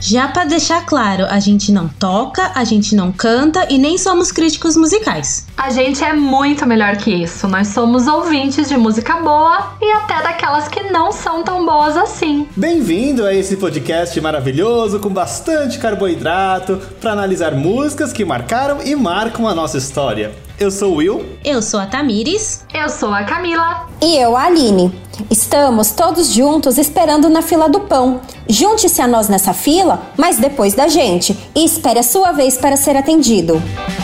Já pra deixar claro, a gente não toca, a gente não canta e nem somos críticos musicais. A gente é muito melhor que isso. Nós somos ouvintes de música boa e até daquelas que não são tão boas assim. Bem-vindo a esse podcast maravilhoso com bastante carboidrato para analisar músicas que marcaram e marcam a nossa história. Eu sou o Will. Eu sou a Tamires. Eu sou a Camila. E eu, a Aline. Estamos todos juntos esperando na fila do pão. Junte-se a nós nessa fila, mas depois da gente. E espere a sua vez para ser atendido.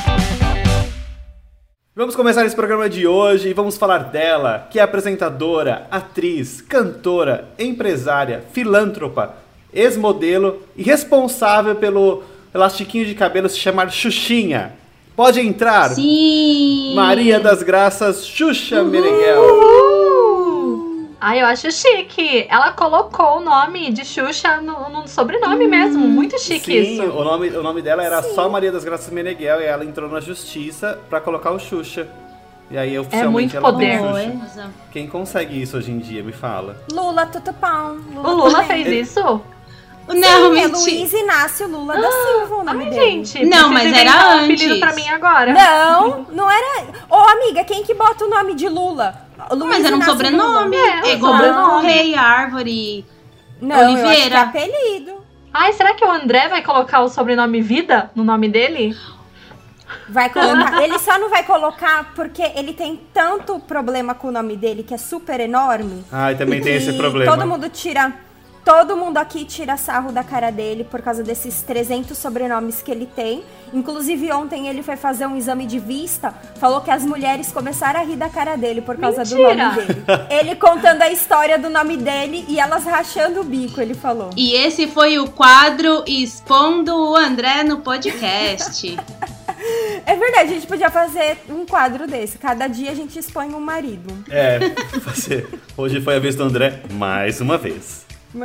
Vamos começar esse programa de hoje e vamos falar dela, que é apresentadora, atriz, cantora, empresária, filântropa, ex-modelo e responsável pelo elastiquinho de cabelo se chamar Xuxinha. Pode entrar! Sim! Maria das Graças Xuxa Meneghel. Ai, eu acho chique. Ela colocou o nome de Xuxa no sobrenome mesmo. Muito chique isso. Sim, o nome dela era só Maria das Graças Meneghel e ela entrou na justiça pra colocar o Xuxa. E aí oficialmente muito ela poder. tem Xuxa. Quem consegue isso hoje em dia, me fala? Lula Tutupão. O Lula fez isso? Não, é Luiz Inácio Lula da Silva o nome dele. Gente, não, mas era um antes. apelido pra mim agora. Não era... Ô, amiga, quem que bota o nome de Lula? Luiz Mas era um Inácio sobrenome. Lula. É igual sobrenome. Rei, Árvore, Não, eu acho que é Oliveira. apelido. Ai, será que o André vai colocar o sobrenome Vida no nome dele? Vai colocar. Ele só não vai colocar porque ele tem tanto problema com o nome dele que é super enorme. Ai, também tem esse E problema. Todo mundo aqui tira sarro da cara dele por causa desses 300 sobrenomes que ele tem. Inclusive, ontem ele foi fazer um exame de vista, falou que as mulheres começaram a rir da cara dele por causa do nome dele. Ele contando a história do nome dele e elas rachando o bico, ele falou. E esse foi o quadro Expondo o André no podcast. É verdade, a gente podia fazer um quadro desse. Cada dia a gente expõe um marido. Hoje foi a vez do André, mais uma vez.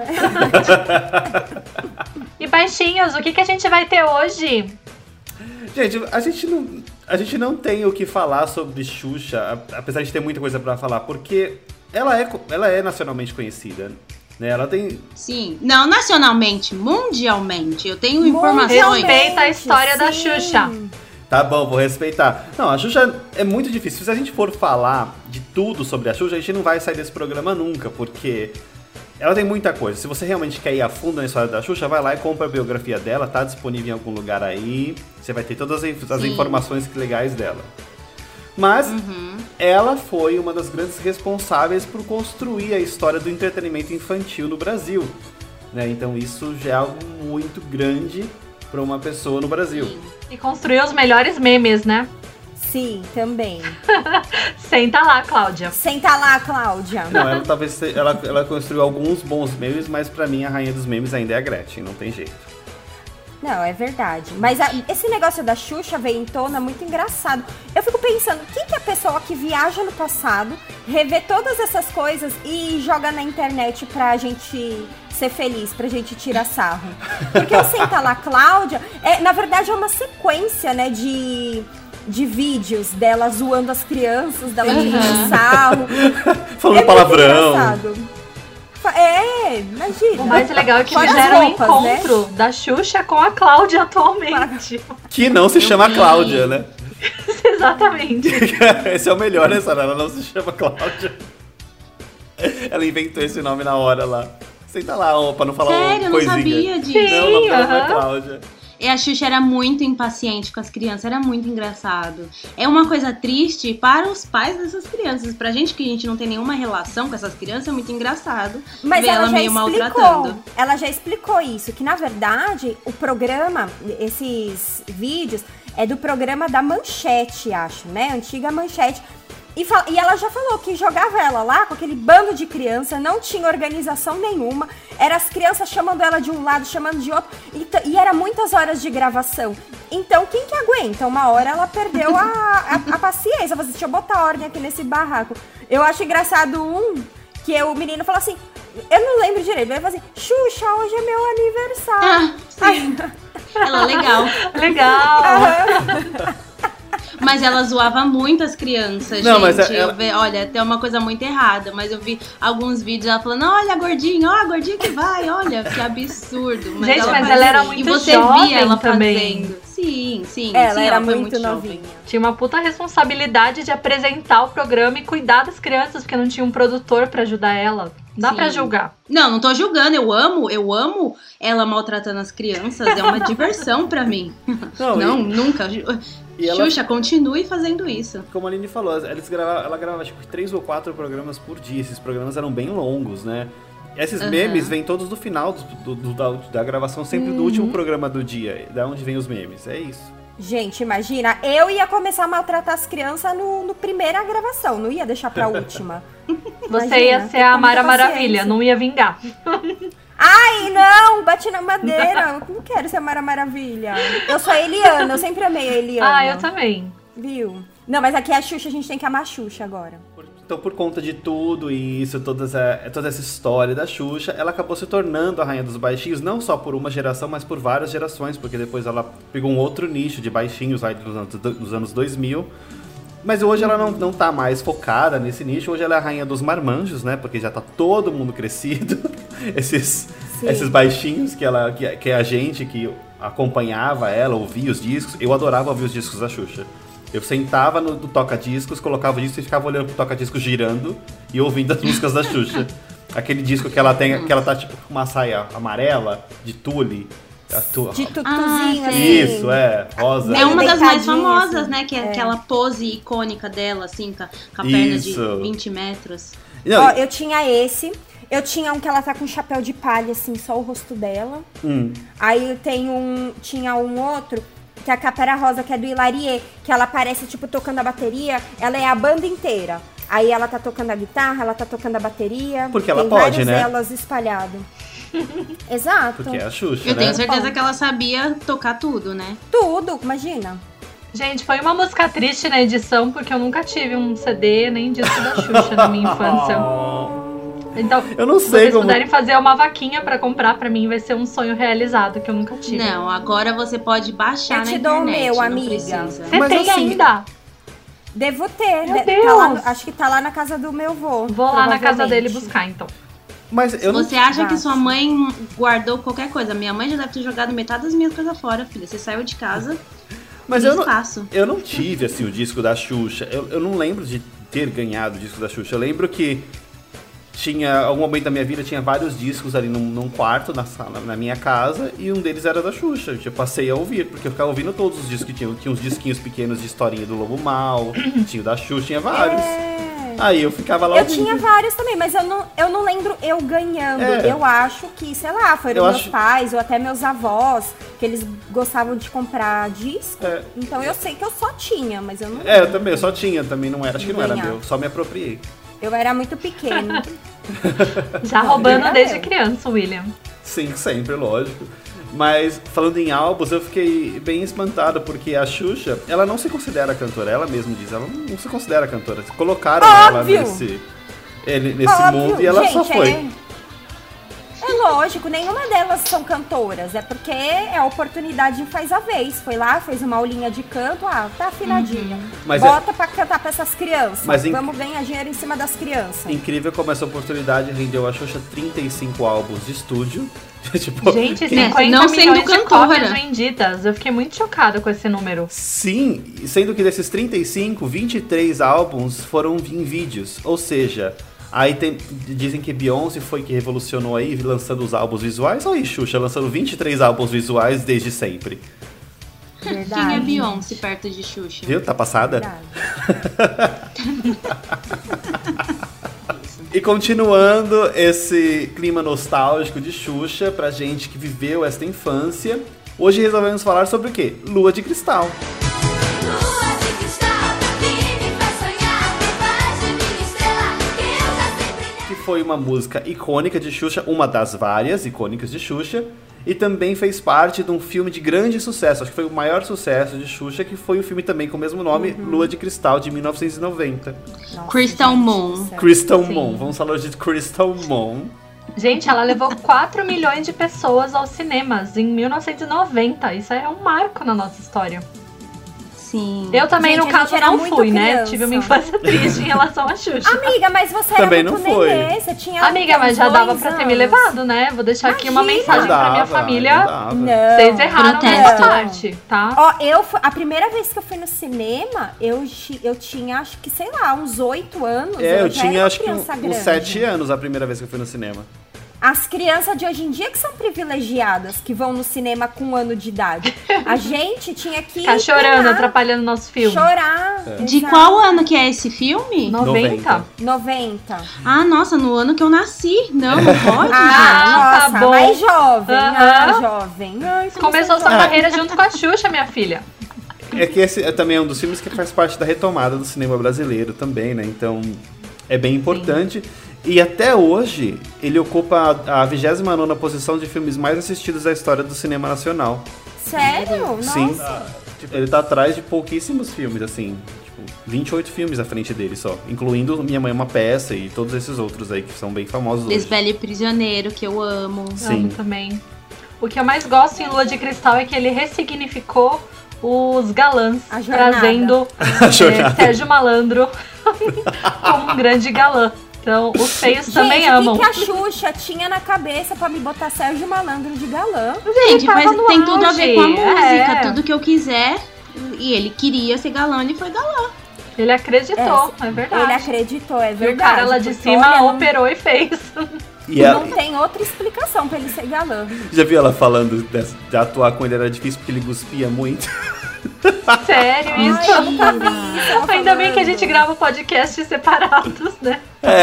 E baixinhos, o que a gente vai ter hoje? Gente, a gente não tem o que falar sobre Xuxa, apesar de ter muita coisa pra falar, porque ela é nacionalmente conhecida, né? Ela tem... Sim, não nacionalmente, mundialmente. Eu tenho informações. Respeita a história da sim. Xuxa. Tá bom, vou respeitar. Não, a Xuxa é muito difícil. Se a gente for falar de tudo sobre a Xuxa, a gente não vai sair desse programa nunca, porque... ela tem muita coisa. Se você realmente quer ir a fundo na história da Xuxa, vai lá e compra a biografia dela, tá disponível em algum lugar aí. Você vai ter todas as informações legais dela. Mas ela foi uma das grandes responsáveis por construir a história do entretenimento infantil no Brasil, né? Então isso já é algo muito grande para uma pessoa no Brasil. Sim. E construiu os melhores memes, né? Sim, também. Senta lá, Cláudia. Senta lá, Cláudia. Não, ela construiu alguns bons memes, mas pra mim a rainha dos memes ainda é a Gretchen, não tem jeito. Não, é verdade. Mas esse negócio da Xuxa veio em tona muito engraçado. Eu fico pensando, quem que é a pessoa que viaja no passado, revê todas essas coisas e joga na internet pra gente ser feliz, pra gente tirar sarro? Porque o Senta lá, Cláudia, na verdade é uma sequência, né, de vídeos dela zoando as crianças, dela tirando sarro. Falando palavrão. Imagina. O mais legal é que Fora fizeram as um roupas, encontro da Xuxa com a Cláudia atualmente. Que não se chama Cláudia, né? Exatamente. Esse é o melhor, né, Sara? Ela não se chama Cláudia. Ela inventou esse nome na hora lá. Senta lá, ó, pra não falar Sério, coisinha. eu não sabia disso. Não, o nome dela não é Cláudia. E a Xuxa era muito impaciente com as crianças, era muito engraçado. É uma coisa triste para os pais dessas crianças. Pra gente que a gente não tem nenhuma relação com essas crianças, é muito engraçado. Mas ver ela meio maltratando. Ela já explicou isso, que na verdade o programa, esses vídeos, é do programa da Manchete, acho, né? Antiga Manchete. E ela já falou que jogava ela lá com aquele bando de criança, não tinha organização nenhuma, era as crianças chamando ela de um lado, chamando de outro, e era muitas horas de gravação. Então, quem que aguenta? Uma hora ela perdeu a paciência, você deixa eu botar ordem aqui nesse barraco. Eu acho engraçado que o menino falou assim, eu não lembro direito, mas ele falou assim, Xuxa, hoje é meu aniversário. Sim. Ela é legal. Legal. Mas ela zoava muito as crianças, Não, gente. mas ela... Olha, tem uma coisa muito errada, mas eu vi alguns vídeos ela falando, olha, gordinho, ó, gordinho que vai, olha, que absurdo. Mas gente, mas ela era muito jovem via ela também. Fazendo. Sim. Ela era foi muito novinha. jovem. Tinha uma puta responsabilidade de apresentar o programa e cuidar das crianças, porque não tinha um produtor pra ajudar ela. Dá pra julgar. Não tô julgando, eu amo ela maltratando as crianças, é uma diversão pra mim. Não, nunca. E Xuxa, continue fazendo isso. Como a Aline falou, ela gravava acho que 3 ou 4 programas por dia. Esses programas eram bem longos, né? Esses memes vêm todos do final da gravação, sempre do último programa do dia. Da onde vem os memes, é isso. Gente, imagina, eu ia começar a maltratar as crianças no primeira gravação, não ia deixar pra última. Você ia ser a Mara Maravilha, não ia vingar. Ai, não, bati na madeira, eu não quero ser a Mara Maravilha. Eu sou a Eliana, eu sempre amei a Eliana. Ah, eu também. Viu? Não, mas aqui é a Xuxa, a gente tem que amar a Xuxa agora. Então, por conta de tudo isso, toda essa história da Xuxa, ela acabou se tornando a rainha dos baixinhos, não só por uma geração, mas por várias gerações, porque depois ela pegou um outro nicho de baixinhos aí nos anos 2000. Mas hoje ela não tá mais focada nesse nicho, hoje ela é a rainha dos marmanjos, né? Porque já tá todo mundo crescido, esses baixinhos que é a gente que acompanhava ela, ouvia os discos. Eu adorava ouvir os discos da Xuxa. Eu sentava no toca-discos, colocava o disco e ficava olhando pro toca-disco girando e ouvindo as músicas da Xuxa. Aquele disco que ela tá tipo com uma saia amarela, de tule. De tutuzinho, assim. Isso, rosa. É uma das mais famosas, assim, né? Que é aquela pose icônica dela, assim, com a perna de 20 metros. Não, ó, eu tinha esse. Eu tinha um que ela tá com chapéu de palha, assim, só o rosto dela. Aí eu tinha um outro, que a capa era rosa, que é do Hilarie, que ela aparece, tipo, tocando a bateria. Ela é a banda inteira. Aí ela tá tocando a guitarra, ela tá tocando a bateria. Porque ela pode, né? Tem várias delas espalhadas. Exato. Porque é a Xuxa, Eu tenho certeza que ela sabia tocar tudo, né? Tudo, imagina. Gente, foi uma música triste na edição, porque eu nunca tive um CD nem disco da Xuxa na minha infância. Então, eu não sei se vocês puderem fazer uma vaquinha pra comprar, pra mim vai ser um sonho realizado, que eu nunca tive. Não, agora você pode baixar na internet. Eu te dou o meu, amiga. Você tem ainda? Devo ter. Meu Deus. Tá lá, acho que tá lá na casa do meu vô. Vou lá na casa dele buscar, então. Mas você acha que sua mãe guardou qualquer coisa? Minha mãe já deve ter jogado metade das minhas coisas fora, filha. Você saiu de casa. Mas eu não tive, assim, o disco da Xuxa. Eu não lembro de ter ganhado o disco da Xuxa. Eu lembro que algum momento da minha vida, tinha vários discos ali num quarto, na minha casa, e um deles era da Xuxa. Eu passei a ouvir, porque eu ficava ouvindo todos os discos que tinham. Tinha uns disquinhos pequenos de historinha do Lobo Mal, tinha o da Xuxa, tinha vários. Aí eu ficava lá ouvindo. Eu tinha vários também, mas eu não lembro eu ganhando. Eu acho que, sei lá, foram meus pais ou até meus avós, que eles gostavam de comprar disco. Então eu sei que eu só tinha, mas eu não lembro. Eu também, eu só tinha, também não era, acho que não era meu, só me apropriei. Eu era muito pequeno. Já roubando desde criança, William. Sim, sempre, lógico. Mas, falando em álbuns, eu fiquei bem espantado, porque a Xuxa, ela não se considera cantora, ela mesma diz, ela não se considera cantora. Colocaram ela nesse mundo e ela só foi. É lógico, nenhuma delas são cantoras, é porque a oportunidade faz a vez. Foi lá, fez uma aulinha de canto, tá afinadinha. Bota pra cantar pra essas crianças, vamos ganhar dinheiro em cima das crianças. Incrível como essa oportunidade rendeu a Xuxa 35 álbuns de estúdio. Tipo, gente, 50 não milhões de cópias vendidas. Eu fiquei muito chocada com esse número. Sim, sendo que desses 35, 23 álbuns foram em vídeos. Ou seja, aí dizem que Beyoncé foi que revolucionou aí, lançando os álbuns visuais. Olha aí, Xuxa lançando 23 álbuns visuais desde sempre. Verdade. Quem é Beyoncé perto de Xuxa? Viu? Tá passada? E continuando esse clima nostálgico de Xuxa pra gente que viveu esta infância, hoje resolvemos falar sobre o quê? Lua de Cristal. Lua de cristal, que me faz sonhar, me faz de minha estrela, que eu já sei brilhar. Que foi uma música icônica de Xuxa, uma das várias icônicas de Xuxa, e também fez parte de um filme de grande sucesso, acho que foi o maior sucesso de Xuxa, que foi o filme também com o mesmo nome, Lua de Cristal, de 1990. Nossa, Crystal Moon. Crystal Moon, vamos falar de Crystal Moon. Gente, ela levou 4 milhões de pessoas aos cinemas em 1990. Isso é um marco na nossa história. Sim. Eu também, Gente, no a caso, gente era não muito fui, né? criança. Tive uma infância triste em relação a Xuxa. Amiga, mas você Também era muito não foi. nenê, você tinha Amiga, mas uns já dava 2 pra ter me anos. levado, né? Vou deixar aqui uma Imagina. mensagem pra minha Não família. dava. Não. Vocês erraram nessa Protesto. parte, tá? Ó, a primeira vez que eu fui no cinema, eu tinha, acho que, sei lá, uns 8 anos. Eu já tinha era uma acho que criança uns grande. 7 anos a primeira vez que eu fui no cinema. As crianças de hoje em dia que são privilegiadas, que vão no cinema com 1 ano de idade. A gente tinha que Ficar chorando, penar, atrapalhando nosso filme. chorar. De exato. qual ano que é esse filme? 90. 90. Ah, nossa, no ano que eu nasci. Não pode. Ah, tá nossa, bom. mais jovem. Aham. Jovem. Ai, como Começou sou sua jovem. carreira junto com a Xuxa, minha filha. É que esse também é um dos filmes que faz parte da retomada do cinema brasileiro também, né? Então é bem importante. E até hoje ele ocupa a 29ª posição de filmes mais assistidos da história do cinema nacional. Sério? Sim. Nossa. Ele tá atrás de pouquíssimos filmes, assim. Tipo, 28 filmes à frente dele só. Incluindo Minha Mãe é uma Peça e todos esses outros aí que são bem famosos hoje. Desbele Prisioneiro, que eu amo. Sim. Amo também. O que eu mais gosto em Lua de Cristal é que ele ressignificou os galãs, A jornada. trazendo A jornada. Sérgio Malandro como um grande galã. Então, os feios também Gente, amam. o que a Xuxa tinha na cabeça pra me botar Sérgio Malandro de galã? Gente, tava mas no tem tudo a ver com a auge, música. é. Tudo que eu quiser. E ele queria ser galã, ele foi galã. Ele acreditou, é verdade. Ele acreditou, é E verdade. o cara lá de porque, cima olha, não- operou e fez. E ela, Não tem outra explicação pra ele ser galã. já viu ela falando de atuar com ele era difícil porque ele cuspia muito? Sério, Ai, eu isso. nunca vi isso. ela Ainda bem que a falando. gente grava podcasts separados, né?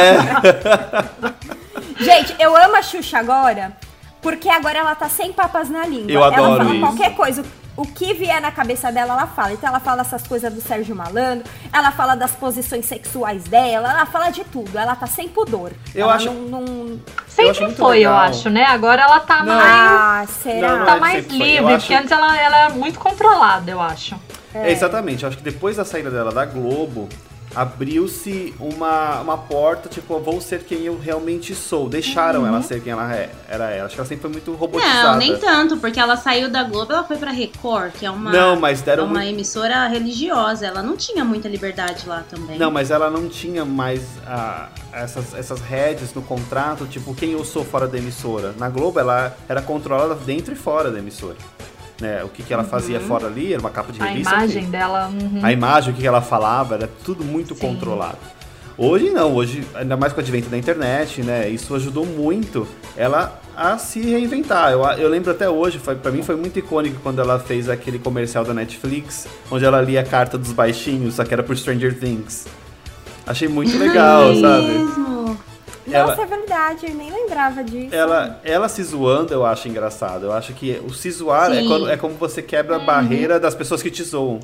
Gente, eu amo a Xuxa agora, porque agora ela tá sem papas na língua. Eu adoro ela fala isso. qualquer coisa. O que vier na cabeça dela, ela fala. Então ela fala essas coisas do Sérgio Malandro, ela fala das posições sexuais dela, ela fala de tudo. Ela tá sem pudor. Eu Ela acho- não... Sempre muito foi, eu legal. acho, né? Agora ela tá Não. mais, Ah, será? Não, não tá é mais sempre foi. Eu livre, acho- porque antes ela era muito controlada, eu acho. Exatamente, eu acho que depois da saída dela da Globo, abriu-se uma porta, tipo, vou ser quem eu realmente sou. Deixaram ela ser quem ela era ela. Acho que ela sempre foi muito robotizada. Não, nem tanto, porque ela saiu da Globo, ela foi pra Record, que é uma, Não, mas deram uma muito... emissora religiosa. Ela não tinha muita liberdade lá também. Não, mas ela não tinha mais essas rédeas no contrato, tipo, quem eu sou fora da emissora. Na Globo, ela era controlada dentro e fora da emissora. Né? O que ela fazia fora ali, era uma capa de A revista. imagem ok. dela. A imagem, o que ela falava, era tudo muito Sim. controlado. Hoje não, hoje, ainda mais com o advento da internet, né? Isso ajudou muito ela a se reinventar. Eu lembro até hoje, pra mim foi muito icônico quando ela fez aquele comercial da Netflix, onde ela lia a carta dos baixinhos, só que era por Stranger Things. Achei muito legal, sabe? Mesmo. Ela- Nossa, é verdade, eu nem lembrava disso. Ela se zoando, eu acho engraçado. Eu acho que o se zoar Sim. é como você quebra a barreira das pessoas que te zoam.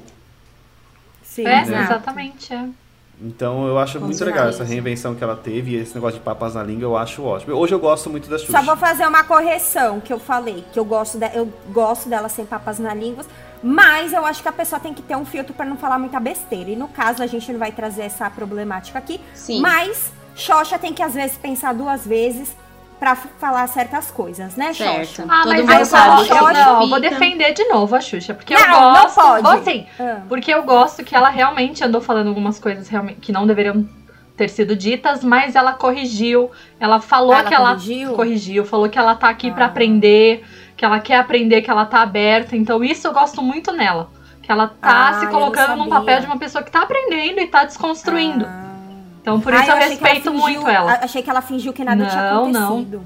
Sim, É, exato. exatamente. É. Então eu acho muito legal essa reinvenção que ela teve e esse negócio de papas na língua eu acho ótimo. Hoje eu gosto muito da Xuxa. Só vou fazer uma correção que eu falei, que eu gosto dela sem papas na língua, mas eu acho que a pessoa tem que ter um filtro pra não falar muita besteira. E no caso, a gente não vai trazer essa problemática aqui, Sim. mas Xoxa tem que às vezes pensar 2 vezes pra falar certas coisas, né, Certo. Xoxa? Ah, Todo mas mundo eu sabe que gosto, ela não, vou fica. defender de novo a Xuxa, porque eu Não, não gosto. pode. Vou sim, Ah. porque eu gosto que ela realmente andou falando algumas coisas realmente que não deveriam ter sido ditas, mas ela corrigiu. Ela falou Ela que ela corrigiu? falou que ela tá aqui pra aprender, que ela quer aprender, que ela tá aberta. Então isso eu gosto muito nela, que ela tá se eu colocando não num sabia. papel de uma pessoa que tá aprendendo e tá desconstruindo. Então por isso eu achei que ela respeito fingiu- muito ela. Achei que ela fingiu que nada tinha Não, não. acontecido.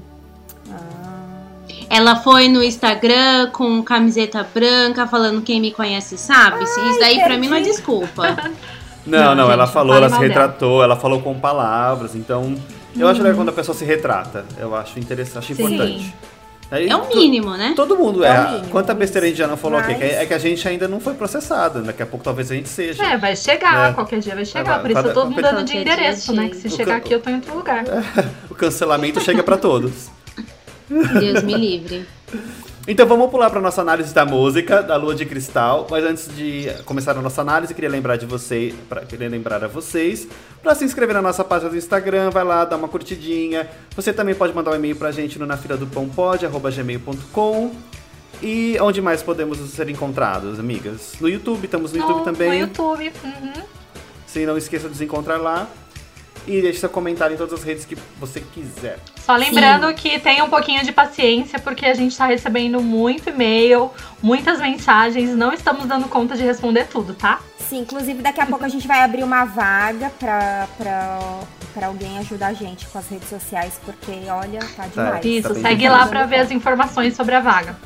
Ela foi no Instagram com camiseta branca, falando quem me conhece sabe. Isso daí pra mim não é perdi. desculpa. Não, Não, ela gente, falou, não ela fale se mal dela. retratou, ela falou com palavras, então eu acho legal quando a pessoa se retrata. Eu acho interessante, acho Sim. importante. Aí, É o mínimo, né? Todo mundo É o é. mínimo, Quanta besteira a gente já não falou aqui? mas- É que a gente ainda não foi processada. Daqui a pouco talvez a gente seja. É, vai chegar, É. qualquer dia vai chegar. Vai, Por isso cada- eu tô mudando de qualquer endereço, dia, né? Que se o chegar can- aqui eu tô em outro lugar. O cancelamento chega pra todos. Deus me livre. Então vamos pular para nossa análise da música, da Lua de Cristal. Mas antes de começar a nossa análise, queria lembrar a vocês para se inscrever na nossa página do Instagram, vai lá, dá uma curtidinha. Você também pode mandar um e-mail pra gente no nafiladopãopod@gmail.com. E onde mais podemos ser encontrados, amigas? No YouTube, estamos no YouTube também. No YouTube. Uhum. Sim, não esqueça de nos encontrar lá. E deixe seu comentário em todas as redes que você quiser. Só lembrando que tenha um pouquinho de paciência, porque a gente tá recebendo muito e-mail, muitas mensagens, não estamos dando conta de responder tudo, tá? Sim, inclusive daqui a pouco a gente vai abrir uma vaga pra alguém ajudar a gente com as redes sociais, porque olha, tá demais. Isso, bem segue difícil. lá pra ver as informações sobre a vaga.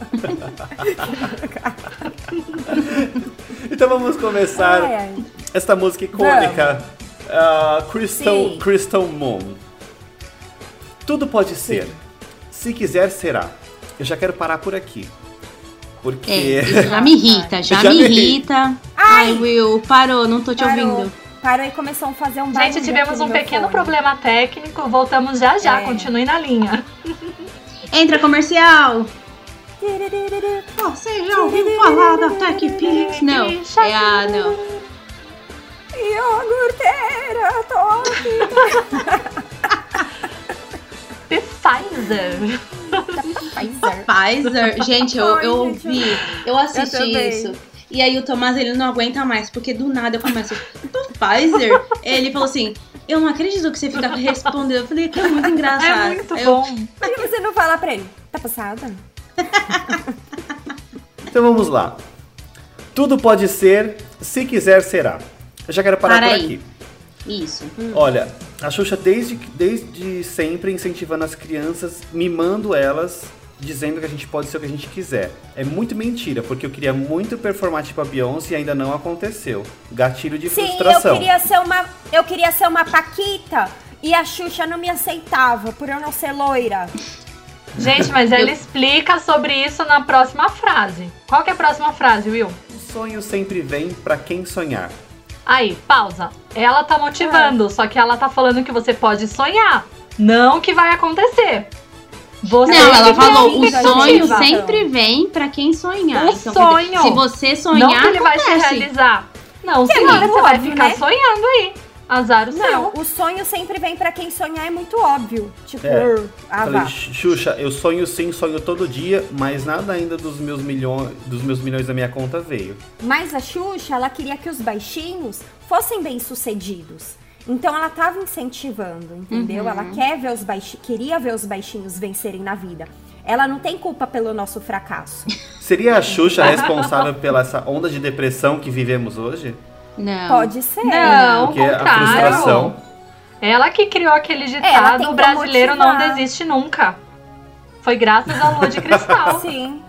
Então vamos começar Ai, ai. esta música icônica, Crystal Moon. Tudo pode ser. Se quiser, será. Eu já quero parar por aqui. Porque... Isso já me irrita, já Já me me irrita. Ai, Will, parou, não tô te ouvindo. Parou e começou a fazer um barulho Gente, tivemos aqui no um meu pequeno fone. problema técnico, voltamos já, É. continue na linha. Entra comercial. Você já ouviu falar da TechPix? Não, é a... não. Iogurteira, toque. Pfizer. Pfizer. Gente, eu Ai, gente, ouvi, eu assisti também. isso. E aí o Tomás, ele não aguenta mais, porque do nada eu começo, Pfizer? Ele falou assim, eu não acredito que você fica respondendo. Eu falei, que é muito engraçado. É muito Aí eu- bom. Por que você não fala pra ele? Tá passada? Então vamos lá. Tudo pode ser, se quiser, será. Eu já quero parar Para por aí. aqui. Isso. Olha, a Xuxa desde sempre incentivando as crianças, mimando elas, dizendo que a gente pode ser o que a gente quiser. É muito mentira, porque eu queria muito performar tipo a Beyoncé e ainda não aconteceu. Gatilho de Sim, frustração. eu queria ser uma Paquita e a Xuxa não me aceitava por eu não ser loira. Gente, mas ela explica sobre isso na próxima frase. Qual que é a próxima frase, Will? O sonho sempre vem pra quem sonhar. Aí, pausa. Ela tá motivando, só que ela tá falando que você pode sonhar, não que vai acontecer. Você Não, ela que falou, o precisa sonho motivar. sempre vem pra quem sonhar. O Então, sonho. se você Não sonhar, que ele vai se acontece. realizar. Não, Que é senhora, muito você vai óbvio, ficar né? sonhando aí. Azar o Não, seu. o sonho sempre vem pra quem sonhar, é muito óbvio. Tipo, Falei, vá. Xuxa, eu sonho sim, sonho todo dia, mas nada ainda dos meus milhões da minha conta veio. Mas a Xuxa, ela queria que os baixinhos fossem bem-sucedidos. Então ela tava incentivando, entendeu? Ela queria ver os baixinhos vencerem na vida. Ela não tem culpa pelo nosso fracasso. Seria a Xuxa responsável pela essa onda de depressão que vivemos hoje? Não. Pode ser. Não, ao Porque a contrário. frustração... Ela que criou aquele Ela ditado, tentou o brasileiro não motivar. desiste nunca. Foi graças à lua de cristal. Sim.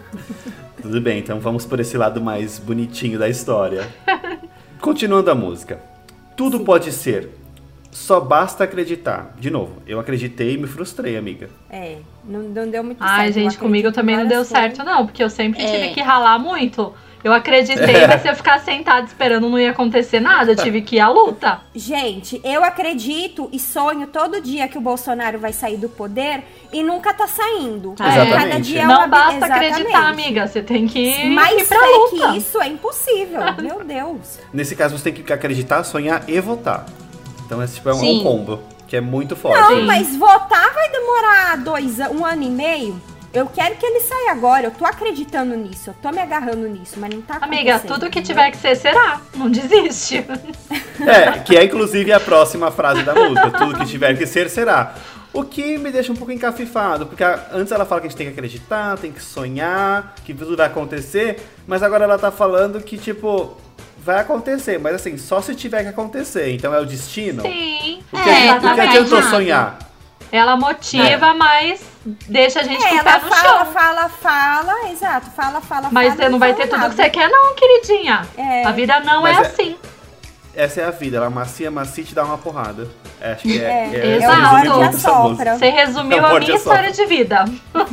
Tudo bem, então vamos por esse lado mais bonitinho da história. Continuando a música. Tudo pode ser. Só basta acreditar. De novo, eu acreditei e me frustrei, amiga. É, não deu muito certo. Ai, Eu gente, comigo acredito também em não deu várias certo, coisas. não. Porque eu sempre É. tive que ralar muito. Eu acreditei, mas se eu ficar sentada esperando não ia acontecer nada. Eu tive que ir à luta. Gente, eu acredito e sonho todo dia que o Bolsonaro vai sair do poder e nunca tá saindo. Tá. Exatamente. Cada dia é Não uma basta exatamente. acreditar, amiga. Você tem que ir Mais pra fé luta. que isso é impossível. Meu Deus. Nesse caso, você tem que acreditar, sonhar e votar. Então, esse tipo, é um Sim. combo, que é muito forte. Não, Sim. mas votar vai demorar um ano e meio. Eu quero que ele saia agora. Eu tô acreditando nisso. Eu tô me agarrando nisso, mas não tá acontecendo. Amiga, tudo que entendeu? tiver que ser, será. Não desiste. Que é inclusive a próxima frase da música. Tudo que tiver que ser, será. O que me deixa um pouco encafifado, porque antes ela fala que a gente tem que acreditar, tem que sonhar, que tudo vai acontecer, mas agora ela tá falando que, tipo, vai acontecer, mas assim, só se tiver que acontecer, então é o destino? Sim. O que, É, o que tá adiantou errado. sonhar? Ela motiva, mas deixa a gente com o pé Ela no fala, chão. exato, fala. Mas você não vai ter tudo que você quer, não, queridinha. É. A vida não Mas é é- assim. Essa é a vida, ela macia e te dá uma porrada. Acho que É, é o resume morde muito e essa assopra. música. Você resumiu Não a pode minha assoprar. história de vida.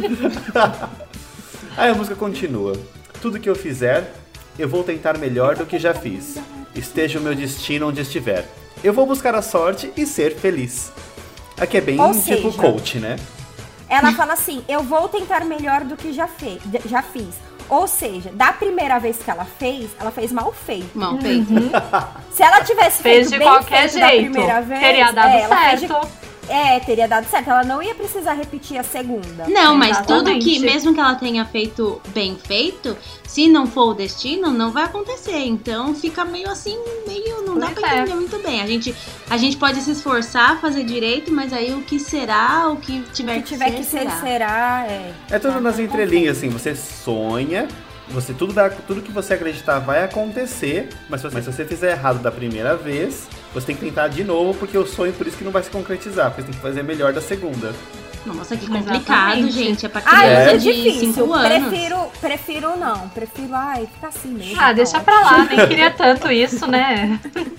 Aí a música continua. Tudo que eu fizer, eu vou tentar melhor do que já fiz. Esteja o meu destino onde estiver. Eu vou buscar a sorte e ser feliz. Aqui é bem Ou tipo seja, coach, né? Ela fala assim, eu vou tentar melhor do que já fiz. Ou seja, da primeira vez que ela fez mal feito. Mal feito. Se ela tivesse Fez feito de bem qualquer feito da jeito. primeira vez, Teria dado ela fez certo. teria dado certo. Ela não ia precisar repetir a segunda. Não, mas tudo Exatamente. que, mesmo que ela tenha feito bem feito, se não for o destino, não vai acontecer. Então fica meio assim, não dá Pois pra é. entender muito bem. A gente pode se esforçar, fazer direito, mas aí o que será, o que O tiver que tiver que ser, será. será. É tudo nas entrelinhas, assim, você sonha, tudo que você acreditar vai acontecer, mas se você fizer errado da primeira vez, você tem que tentar de novo, porque o sonho por isso que não vai se concretizar, porque você tem que fazer melhor da segunda. Nossa, que Exatamente. complicado, gente. É pra Ah, criança muito de difícil. 5 anos. Prefiro não. Prefiro, fica assim mesmo. Ah, deixa pra lá, nem queria tanto isso, né?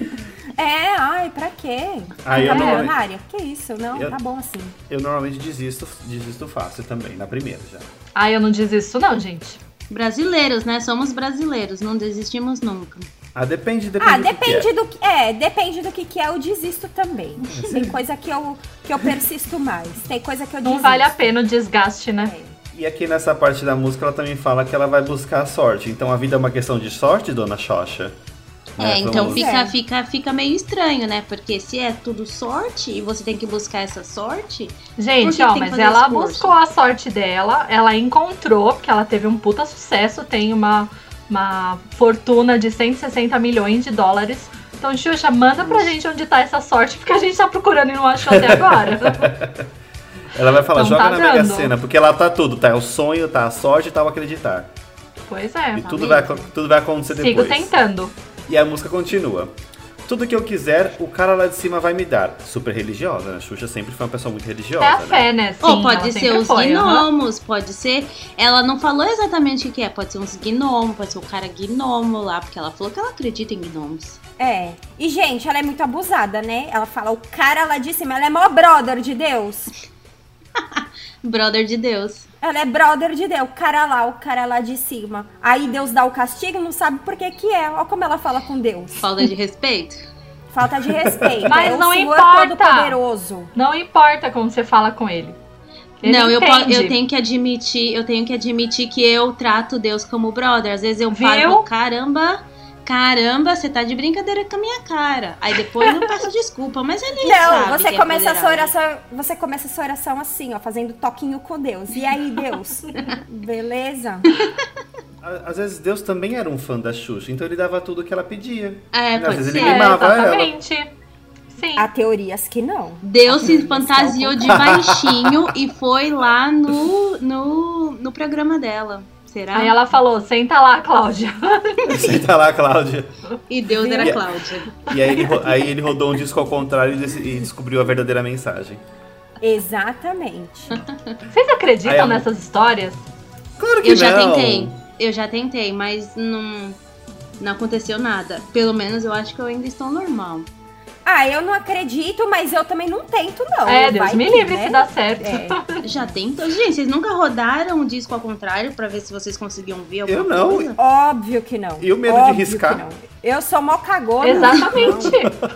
Pra quê? Aí eu não- milionária? Que isso? Não, Eu- tá bom assim. Eu normalmente desisto fácil também, na primeira já. Ah, eu não desisto não, gente. Brasileiros, né? Somos brasileiros, não desistimos nunca. Depende do que Depende do que é o desisto também. Tem coisa que eu persisto mais. Tem coisa que eu Não desisto. vale a pena o desgaste, né? E aqui nessa parte da música ela também fala que ela vai buscar a sorte. Então a vida é uma questão de sorte, dona Xoxa? Né, Então vamos- fica meio estranho, né? Porque se é tudo sorte e você tem que buscar essa sorte, Por Gente, que ó, tem que mas fazer ela esforço? buscou a sorte dela, ela encontrou, porque ela teve um puta sucesso, tem uma fortuna de 160 milhões de dólares. Então, Xuxa, manda pra gente onde tá essa sorte, porque a gente tá procurando e não achou até agora. Ela vai falar, Então joga tá na Mega dando. Sena, porque lá tá tudo, tá o sonho, tá a sorte e tá o acreditar. Pois é. E tudo vai acontecer Sigo depois. tentando. E a música continua. Tudo que eu quiser, o cara lá de cima vai me dar. Super religiosa, né? Xuxa sempre foi uma pessoa muito religiosa, É a né? fé, né? Sim, ou pode ela ser sempre os foi, aham. gnomos, pode ser. Ela não falou exatamente o que é, pode ser uns gnomos, pode ser o cara gnomo lá, porque ela falou que ela acredita em gnomos. E, gente, ela é muito abusada, né? Ela fala, o cara lá de cima, ela é mó brother de Deus. Brother de Deus. Ela é brother de Deus, o cara lá de cima. Aí Deus dá o castigo, não sabe por que que é. Olha como ela fala com Deus. Falta de respeito. Falta de respeito. Mas é não o Senhor importa. Todo-Poderoso. Não importa como você fala com ele. Ele Não, eu entende. tenho que admitir que eu trato Deus como brother. Às vezes eu falo, Viu? caramba, você tá de brincadeira com a minha cara. Aí depois eu peço desculpa, mas ele Não, sabe você que começa é a sua tolerável. oração, você começa a sua oração assim, ó, fazendo toquinho com Deus. E aí, Deus? Beleza? Às vezes Deus também era um fã da Xuxa, então ele dava tudo o que ela pedia. É, Às pode vezes ser. ele mimava ela. Exatamente. Sim. Há teorias que não. Deus se Isso é o fantasiou de baixinho e foi lá no programa dela. Será? Aí ela falou, senta lá, Cláudia. Senta lá, Cláudia. E Deus era E- Cláudia. E aí ele rodou um disco ao contrário e descobriu a verdadeira mensagem. Exatamente. Vocês acreditam Aí a- nessas histórias? Claro que Eu já não. tentei, mas não aconteceu nada. Pelo menos eu acho que eu ainda estou normal. Eu não acredito, mas eu também não tento, não. Deus Vai me que, livre né? se dá certo. Já tentou? Gente, vocês nunca rodaram o disco ao contrário pra ver se vocês conseguiam ver alguma Eu não. coisa? Óbvio que não. E o medo de Óbvio riscar? que não. Eu sou mó cagona. Exatamente.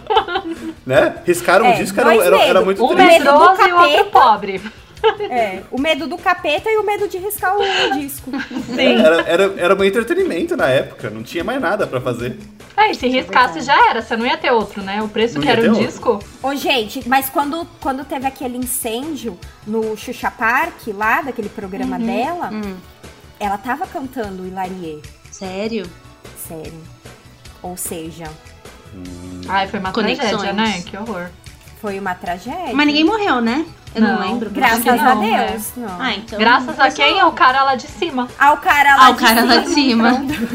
Né? Riscaram o disco, dois era medos. muito Um O triste. medo do medroso e o outro capeta. pobre. O medo do capeta e o medo de riscar o disco. Sim. Era um entretenimento na época, não tinha mais nada pra fazer. Aí, se riscasse já era, você não ia ter outro, né? O preço Não que ia era ter o outro. disco. Ô, gente, mas quando teve aquele incêndio no Xuxa Park, lá, daquele programa dela, ela tava cantando Hilarie. Sério? Sério. Ou seja, Ai, foi uma Conexões. tragédia, né? Que horror. foi uma tragédia. Mas ninguém morreu, né? Eu não, Não. lembro. Graças Acho que a não, Deus, não. Ah, então. Graças a quem? Ao cara lá de cima. Ao cara lá Ao cara lá de cima.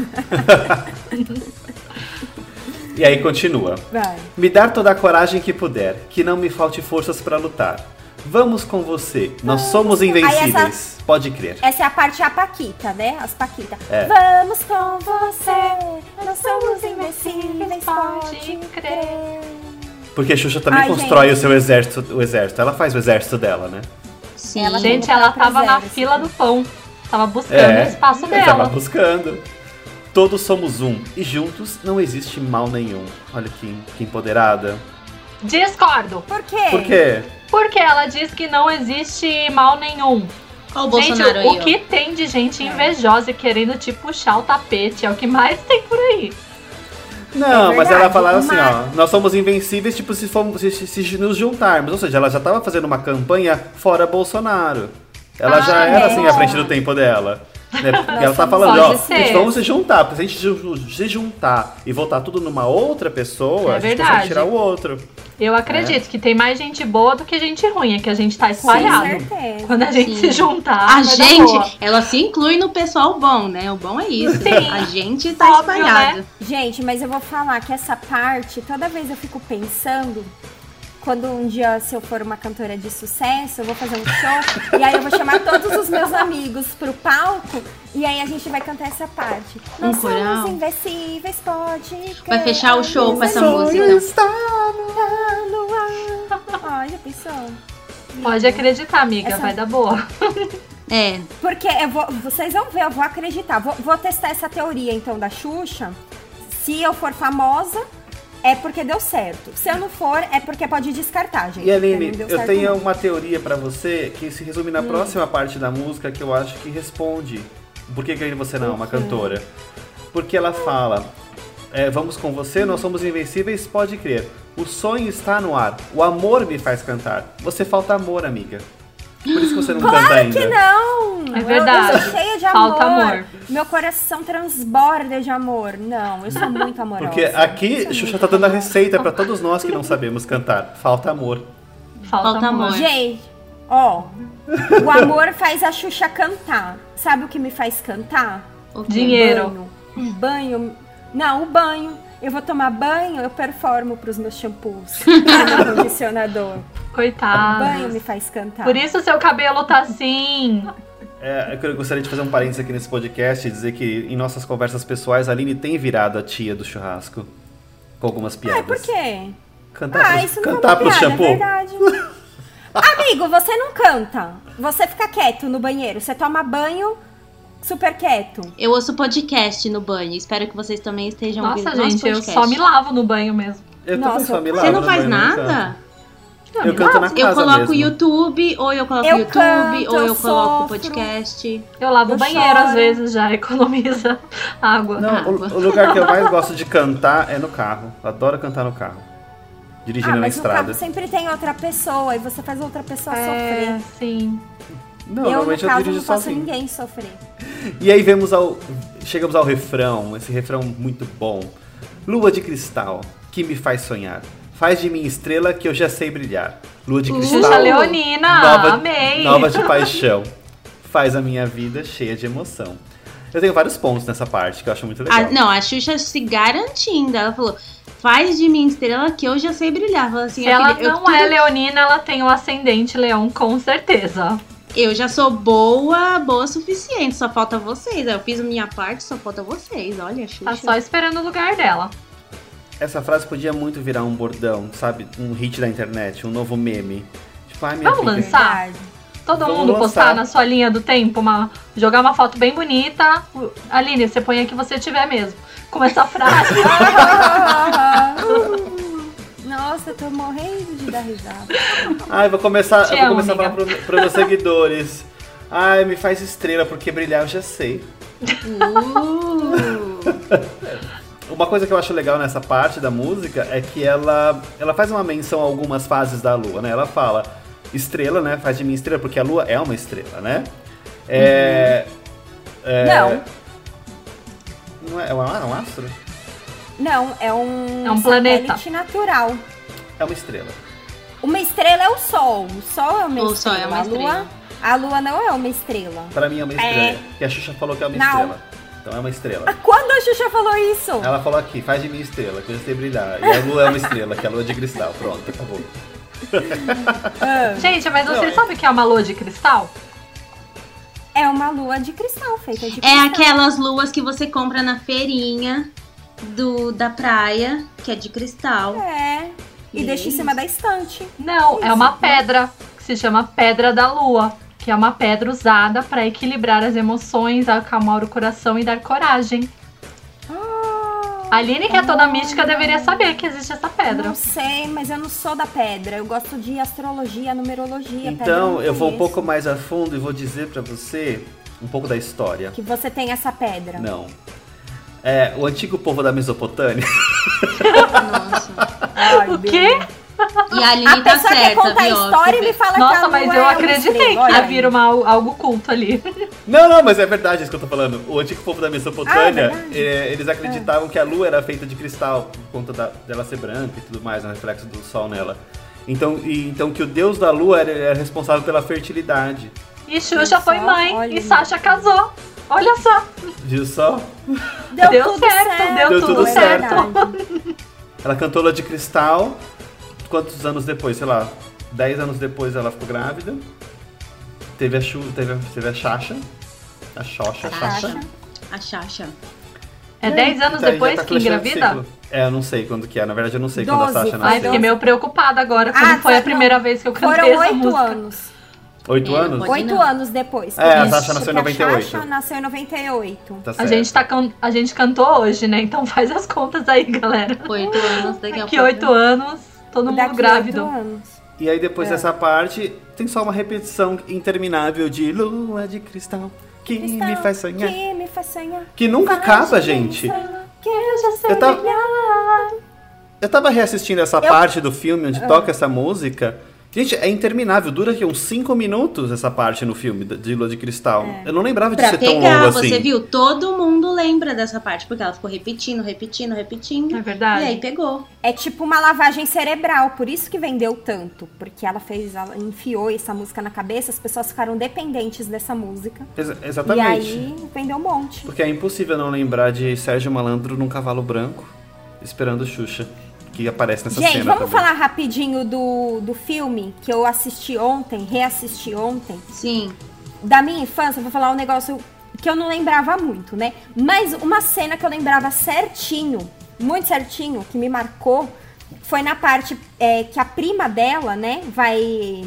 E aí continua. Vai. Me dar toda a coragem que puder, que não me falte forças pra lutar. Vamos com você, nós somos invencíveis. Pode crer. Essa é a parte a Paquita, né? As Paquita. É. Vamos com você, nós somos invencíveis, pode crer. Porque Xuxa também Ai, constrói gente. o seu exército. Ela faz o exército dela, né? Sim. Ela- Gente, Vamos ela pra tava na exército. fila do pão. Tava buscando o espaço ela tava dela. buscando. Todos somos um, e juntos não existe mal nenhum. Olha que empoderada. Discordo. Por quê? Por quê? Porque ela diz que não existe mal nenhum. Olha o Gente, Bolsonaro aí, o que tem de gente invejosa e querendo te puxar o tapete é o que mais tem por aí. Não, É mas ela verdade, falava assim, mas- ó, nós somos invencíveis, tipo, se nos juntarmos. Ou seja, ela já tava fazendo uma campanha fora Bolsonaro. Ela já era assim à frente do tempo dela. Né? Porque ela tá falando, ó, Pode ser. gente, vamos se juntar. Porque se a gente se juntar e votar tudo numa outra pessoa, É a gente verdade. consegue tirar o outro. Eu acredito que tem mais gente boa do que gente ruim, é que a gente tá espalhado. certeza. Quando a gente Sim. se juntar, A vai dar gente, boa. ela se inclui no pessoal bom, né? O bom é isso. Sim. A gente tá Óbvio, espalhado. né? Gente, mas eu vou falar que essa parte, toda vez eu fico pensando, quando um dia, se eu for uma cantora de sucesso, eu vou fazer um show, e aí eu vou chamar todos os meus amigos pro palco, e aí a gente vai cantar essa parte. Nós coral. somos invencíveis, pode Vai fechar o show com essa música. Ai, já pensou? Pode acreditar, amiga, Essa- vai dar boa. É, Porque vocês vão ver, eu vou acreditar. Vou testar essa teoria, então, da Xuxa. Se eu for famosa, é porque deu certo. Se eu não for, é porque pode descartar, gente. E Aline, porque não deu eu certo tenho não. uma teoria pra você que se resume na próxima parte da música que eu acho que responde por que você não é uma cantora. Porque ela fala, vamos com você, nós somos invencíveis, pode crer. O sonho está no ar, o amor me faz cantar. Você falta amor, amiga. Por isso que você não canta ainda. Que não! É verdade. Eu sou cheia de amor. Falta amor. Meu coração transborda de amor. Não, eu sou muito amorosa. Porque aqui, Xuxa tá dando a receita pra todos nós que não sabemos cantar. Falta amor. Falta amor. Gente, ó, o amor faz a Xuxa cantar. Sabe o que me faz cantar? o quê? Dinheiro. Um banho. Não, o banho. Eu vou tomar banho, eu performo pros meus shampoos. pro meu condicionador. Coitada. Banho me faz cantar. Por isso seu cabelo tá assim. Eu gostaria de fazer um parênteses aqui nesse podcast e dizer que em nossas conversas pessoais, a Aline tem virado a tia do churrasco. Com algumas piadas. Ai, por quê? Cantar, Isso não é cantar uma pro piada, é shampoo. verdade. Amigo, você não canta. Você fica quieto no banheiro. Você toma banho super quieto. Eu ouço podcast no banho. Espero que vocês também estejam ouvindo Nossa, nosso gente, eu podcast. só me lavo no banho mesmo. Eu Nossa, também só me Você lavo não no faz banho, não nada? canto. Eu canto na casa Eu coloco mesmo. YouTube, ou eu coloco Eu YouTube, canto, ou eu eu coloco sofro. podcast. Eu lavo Eu o banheiro choro. às vezes, já economiza água. Não, Água. o lugar que eu mais gosto de cantar é no carro. Eu adoro cantar no carro. Dirigindo na Mas no estrada. carro sempre tem outra pessoa e você faz outra pessoa É, sofrer. sim. Não, Eu, no normalmente eu caso, dirijo não faço sozinho. ninguém sofrer. E aí chegamos ao refrão, esse refrão muito bom. Lua de cristal, que me faz sonhar. Faz de mim estrela que eu já sei brilhar. Lua de cristal, Xuxa Leonina, amei. nova de paixão. Faz a minha vida cheia de emoção. Eu tenho vários pontos nessa parte que eu acho muito legal. Não, a Xuxa se garantindo. Ela falou, faz de mim estrela que eu já sei brilhar. Falou assim, Se ela eu não é leonina, ela tem o ascendente leão, com certeza. Eu já sou boa o suficiente, só falta vocês. Eu fiz a minha parte, só falta vocês. Olha, Xuxa. Tá só esperando o lugar dela. Essa frase podia muito virar um bordão, sabe? Um hit da internet, um novo meme. Tipo, ai, minha Vamos vida. lançar? Verdade. Todo Vamos mundo postar lançar. na sua linha do tempo, jogar uma foto bem bonita. Aline, você põe a que você tiver mesmo. Com essa frase. Nossa, eu tô morrendo de dar risada. Ai, vou começar Te a amo, falar amiga. pros meus seguidores. Ai, me faz estrela, porque brilhar eu já sei. Uma coisa que eu acho legal nessa parte da música é que ela faz uma menção a algumas fases da lua, né? Ela fala estrela, né? Faz de mim estrela, porque a lua é uma estrela, né? Não. Não é um astro? Não, é um, É um planeta. satélite natural. É uma estrela. Uma estrela é o Sol. O Sol é uma O estrela. Sol é uma estrela. A Lua não é uma estrela. Pra mim é uma estrela. Que a Xuxa falou que é uma Não. estrela. Então é uma estrela. Quando a Xuxa falou isso? Ela falou aqui, faz de mim estrela, que eu já sei brilhar. E a lua é uma estrela, que é a lua de cristal. Pronto, acabou. Gente, mas Não, você sabe o que é uma lua de cristal? É uma lua de cristal, feita de É cristal. aquelas luas que você compra na feirinha da praia, que é de cristal. É. E deixa em cima da estante. Não, é uma pedra que se chama Pedra da Lua, que é uma pedra usada para equilibrar as emoções, acalmar o coração e dar coragem. A Aline, que é toda mística, deveria saber que existe essa pedra. Não sei, mas eu não sou da pedra. Eu gosto de astrologia, numerologia. pedra Então, eu não vou um conheço. pouco mais a fundo e vou dizer pra você um pouco da história. Que você tem essa pedra. Não. O antigo povo da Mesopotâmia. Nossa. Ai, O quê? E a Aline A tá pessoa certa, quer contar a viu? história e me fala que a Nossa, lua mas é eu uma acreditei estrela. que Olha ia aí. vir algo culto ali. Não, mas é verdade isso que eu tô falando. O antigo povo da Mesopotâmia, verdade. eles acreditavam que a lua era feita de cristal, por conta dela ser branca e tudo mais, o reflexo do sol nela. Então que o deus da lua era responsável pela fertilidade. E Xuxa foi mãe olha e aí. Sasha casou. Olha só. Viu só? Deu tudo certo, deu tudo é certo. verdade. Ela cantou Lua de Cristal. Quantos anos depois? Sei lá, 10 anos depois ela ficou grávida. Teve a Xaxa. A Xoxa, Xaxa. A Xaxa. É 10 anos Então, depois já tá que fechando o engravida? ciclo. Eu não sei quando que é. Na verdade, eu não sei quando a 12, Sasha faz Ai, nasceu. fiquei meio preocupada agora, porque não foi a primeira vez que eu cantei Foram essa 8 música. anos. 8 É, anos? pode- 8 não. anos depois. É, a Porque Sasha nasceu em porque 98. A Sasha nasceu em 98. Tá A certo. a gente cantou hoje, né? Então faz as contas aí, galera. 8 anos daqui a Daqui pouco. 8 anos, todo mundo Daqui grávido. 8 anos. E aí depois dessa parte, tem só uma repetição interminável de Lua de Cristal que me faz sonhar. Que me faz sonhar. Que nunca Faz acaba, de gente. pensar Que eu já sei Eu tava- brilhar. Eu tava reassistindo essa parte do filme onde toca essa música. Gente, é interminável. Dura aqui uns 5 minutos essa parte no filme de Lua de Cristal. Eu não lembrava de Pra ser tão pegar, longo você assim. viu? Todo mundo lembra dessa parte, porque ela ficou repetindo. É verdade. E aí pegou. É tipo uma lavagem cerebral, por isso que vendeu tanto. Porque ela enfiou essa música na cabeça, as pessoas ficaram dependentes dessa música. Exatamente. E aí vendeu um monte. Porque é impossível não lembrar de Sérgio Malandro num cavalo branco, esperando Xuxa, que aparece nessa Gente, cena vamos também. falar rapidinho do filme que eu assisti ontem, reassisti ontem. Sim. Da minha infância, eu vou falar um negócio que eu não lembrava muito, né? Mas uma cena que eu lembrava certinho, muito certinho, que me marcou, foi na parte que a prima dela, né, vai...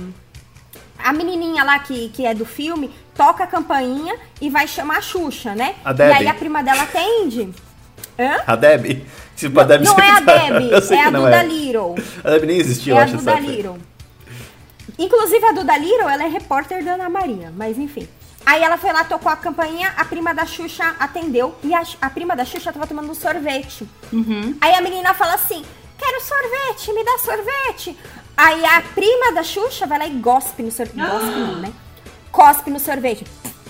A menininha lá que é do filme toca a campainha e vai chamar a Xuxa, né? A Debbie. E aí a prima dela atende. Hã? A Debbie? Tipo, a Debbie Não é a Debbie, Eu sei é que a não Duda Little. A Debbie nem existiu, É eu a acho. Duda essa- Little. Inclusive, a Duda Little, ela é repórter da Ana Maria, mas enfim. Aí ela foi lá, tocou a campainha, a prima da Xuxa atendeu e a prima da Xuxa tava tomando um sorvete. Aí a menina fala assim, quero sorvete, me dá sorvete. Aí a prima da Xuxa vai lá e gospe no sorvete. Gospe não, né? Cospe no sorvete.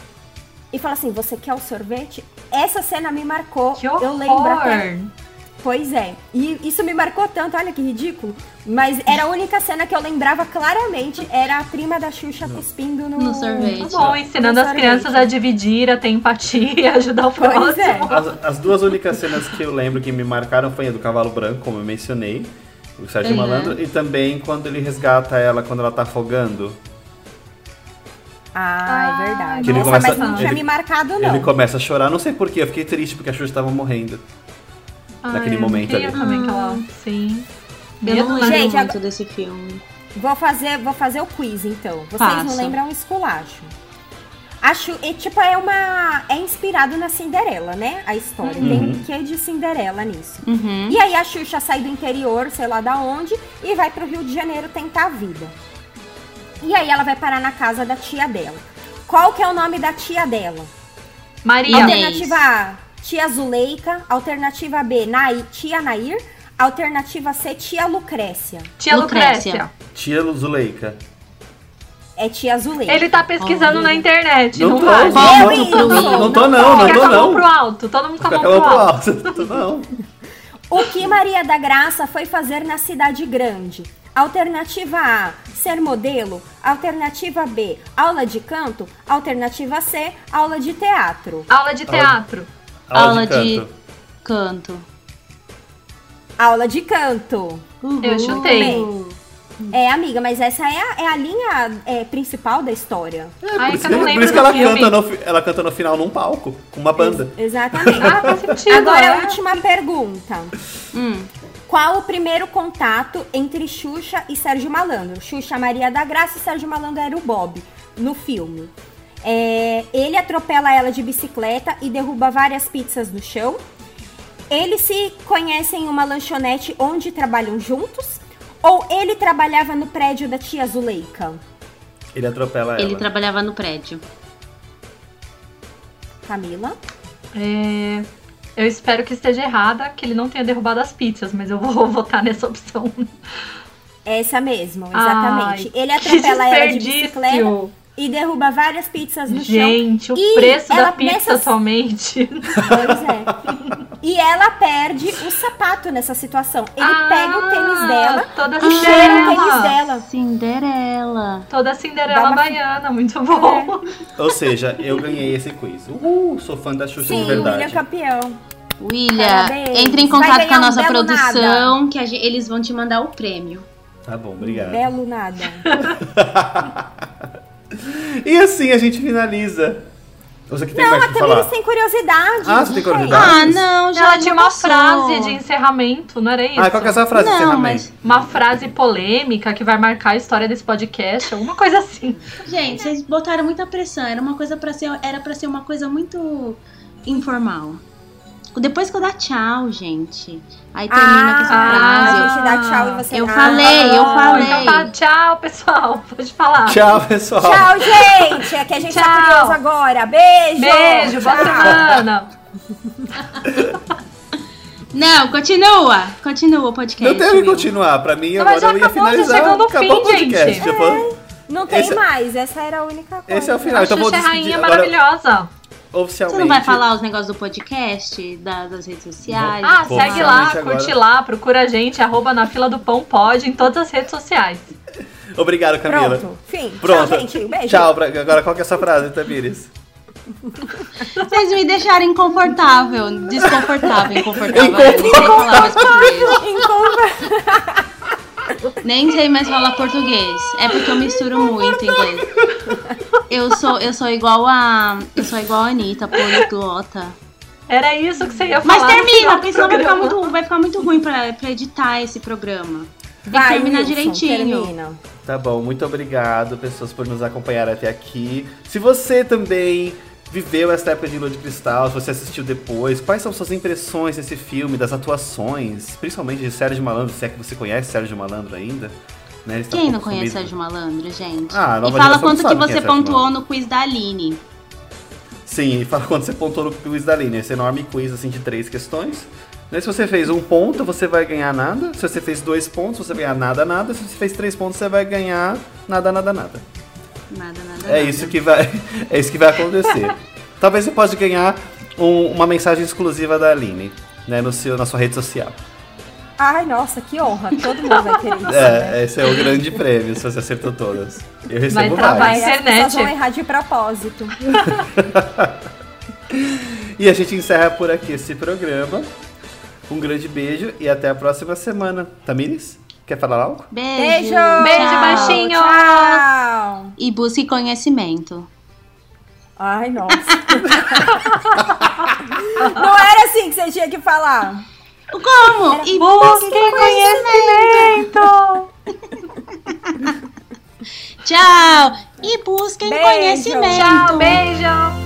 E fala assim, você quer o sorvete? Essa cena me marcou. Que horror! Eu lembro até... Pois é. E isso me marcou tanto, olha que ridículo. Mas era a única cena que eu lembrava claramente, era a prima da Xuxa cuspindo No sorvete. Tá bom, ensinando No as sorvete. crianças a dividir, a ter empatia, ajudar o Pois próximo. é. As duas únicas cenas que eu lembro que me marcaram foi a do cavalo branco, como eu mencionei, o Sérgio Uhum. Malandro, e também quando ele resgata ela quando ela tá afogando. Ah, é verdade. Que ele Essa, começa- mas não tinha ele- me marcado, não. Ele começa a chorar, não sei porquê, eu fiquei triste porque a Xuxa tava morrendo. Naquele eu momento queria ali. também que ela... Sim. Eu não lembro Gente, muito agora- desse filme. Vou fazer o quiz, então. Vocês Faça. não lembram o esculacho. Tipo, é inspirado na Cinderela, né? A história. Tem um quê de Cinderela nisso. Uhum. E aí a Xuxa sai do interior, sei lá da onde, e vai pro Rio de Janeiro tentar a vida. E aí ela vai parar na casa da tia dela. Qual que é o nome da tia dela? Maria. Inês. Alternativa A, tia Zuleika. Alternativa B, tia Nair. Alternativa C, tia Lucrécia. Tia Lucrécia. Lucrécia. Tia Zuleika. É tia Zuleika. Ele tá pesquisando na internet, Não não, tô, vai? não, Eu não, isso, não tô não não, pode. não Fica tô com a mão pro não. alto, todo mundo com a Fica mão com a pro mão alto. pro alto. Tô não. O que Maria da Graça foi fazer na cidade grande? Alternativa A, ser modelo. Alternativa B, aula de canto. Alternativa C, aula de teatro. Aula de teatro. Aula de canto. canto. Aula de canto. Eu chutei. É, amiga, mas essa é a linha principal da história. Ai, que eu não Por lembro isso que do ela filme. ela canta no final num palco, com uma banda. Exatamente. Ah, faz sentido. Agora é. a última pergunta. Qual o primeiro contato entre Xuxa e Sérgio Malandro? Xuxa Maria da Graça e Sérgio Malandro era o Bob no filme. Ele atropela ela de bicicleta e derruba várias pizzas no chão. Eles se conhecem em uma lanchonete onde trabalham juntos. Ou ele trabalhava no prédio da tia Zuleika? Ele atropela ela. Ele trabalhava no prédio. Camila? Eu espero que esteja errada, que ele não tenha derrubado as pizzas, mas eu vou votar nessa opção. Essa mesmo, exatamente. Ai, Ele atropela que ela de desperdício. bicicleta e derruba várias pizzas no chão. Gente, o E preço da ela, pizza nessas- atualmente. Pois é. E ela perde o sapato nessa situação. Ele pega o tênis dela Toda e cheira o tênis Cinderela. dela. Cinderela. Toda Dá Cinderela uma- baiana, muito bom. Ou seja, eu ganhei esse quiz. Sou fã da Xuxa Sim, de o William verdade. campeão. William, Parabéns. entre em Vai contato ganhar com a um nossa belo produção, que eles vão te mandar o prêmio. Tá bom, obrigado. Belo nada. E assim a gente finaliza. Você que tem Não, mais a pra falar? Tamires tem curiosidade. Ah, você tem Não curiosidade? Ah, não, já Ela tinha uma passou. frase de encerramento, não era isso? Ah, qual que é essa frase de Não, encerramento? mas... Uma frase polêmica que vai marcar a história desse podcast, alguma coisa assim. Gente, vocês botaram muita pressão. Era pra ser uma coisa muito informal. Depois que eu dar tchau, gente. Aí termina com essa frase. A gente dá tchau e você... Eu falei. Então tá, tchau, pessoal. Pode falar. Tchau, pessoal. Tchau, gente. É que a gente tá Tchau. curioso agora. Beijo. Beijo, boa Tchau. semana. Não, continua o podcast. Não tem que Will. continuar. Pra mim, Não, agora mas já eu ia acabou, já finalizar. chegou no Acabou fim, o podcast. gente. Tipo, Não tem Esse- mais. Essa era a única coisa. esse é o final. A Então vou Xuxa é despedir rainha agora maravilhosa. oficialmente. Você não vai falar os negócios do podcast, das redes sociais? Ah, Bom, segue lá, oficialmente agora. curte lá, procura a gente, @na fila do pão pode em todas as redes sociais. Obrigado, Camila. Pronto. Fim. Pronto. Tchau, gente. Beijo. Tchau. Agora qual que é essa frase, Tamires? Vocês me deixaram desconfortável, inconfortável. Eu nem sei falar mais português. Nem sei mais falar português. É porque eu misturo muito inglês. Eu sou igual a Anitta, poliglota. Era isso que você ia falar. Mas no termina, final do porque senão programa. vai ficar muito ruim pra editar esse programa. Tem que Vai, terminar Wilson, direitinho. termina. Tá bom, muito obrigado, pessoas, por nos acompanhar até aqui. Se você também viveu essa época de Lua de Cristal, se você assistiu depois, quais são suas impressões desse filme, das atuações, principalmente de Sérgio Malandro, se é que você conhece Sérgio Malandro ainda? Né? Ele está Quem um não pouco conhece sumido. Sérgio Malandro, gente? Ah, a E nova fala geração quanto sabe que quem é você Sérgio pontuou Malandro. no quiz da Aline. Sim, e fala quando você pontuou no quiz da Aline, esse enorme quiz assim, de 3 questões. Né? Se você fez 1 ponto, você vai ganhar nada. Se você fez 2 pontos, você vai ganhar nada, nada. Se você fez 3 pontos, você vai ganhar nada, nada, nada. Nada. É isso que vai acontecer. Talvez você possa ganhar uma mensagem exclusiva da Aline, né, na sua rede social. Ai, nossa, que honra. Todo mundo vai querer isso, né? Esse é o grande prêmio, se você acertou todas. Eu recebo travar vários. esse- As pessoas internet. vão errar de propósito. E a gente encerra por aqui esse programa. Um grande beijo e até a próxima semana. Tamires, quer falar algo? Beijo. Beijo, Tchau. baixinho. Tchau. E busque conhecimento. Ai, nossa. Não era assim que você tinha que falar. Como? E Busque conhecimento. Tchau! E busquem Beijo. conhecimento. Tchau, beijo.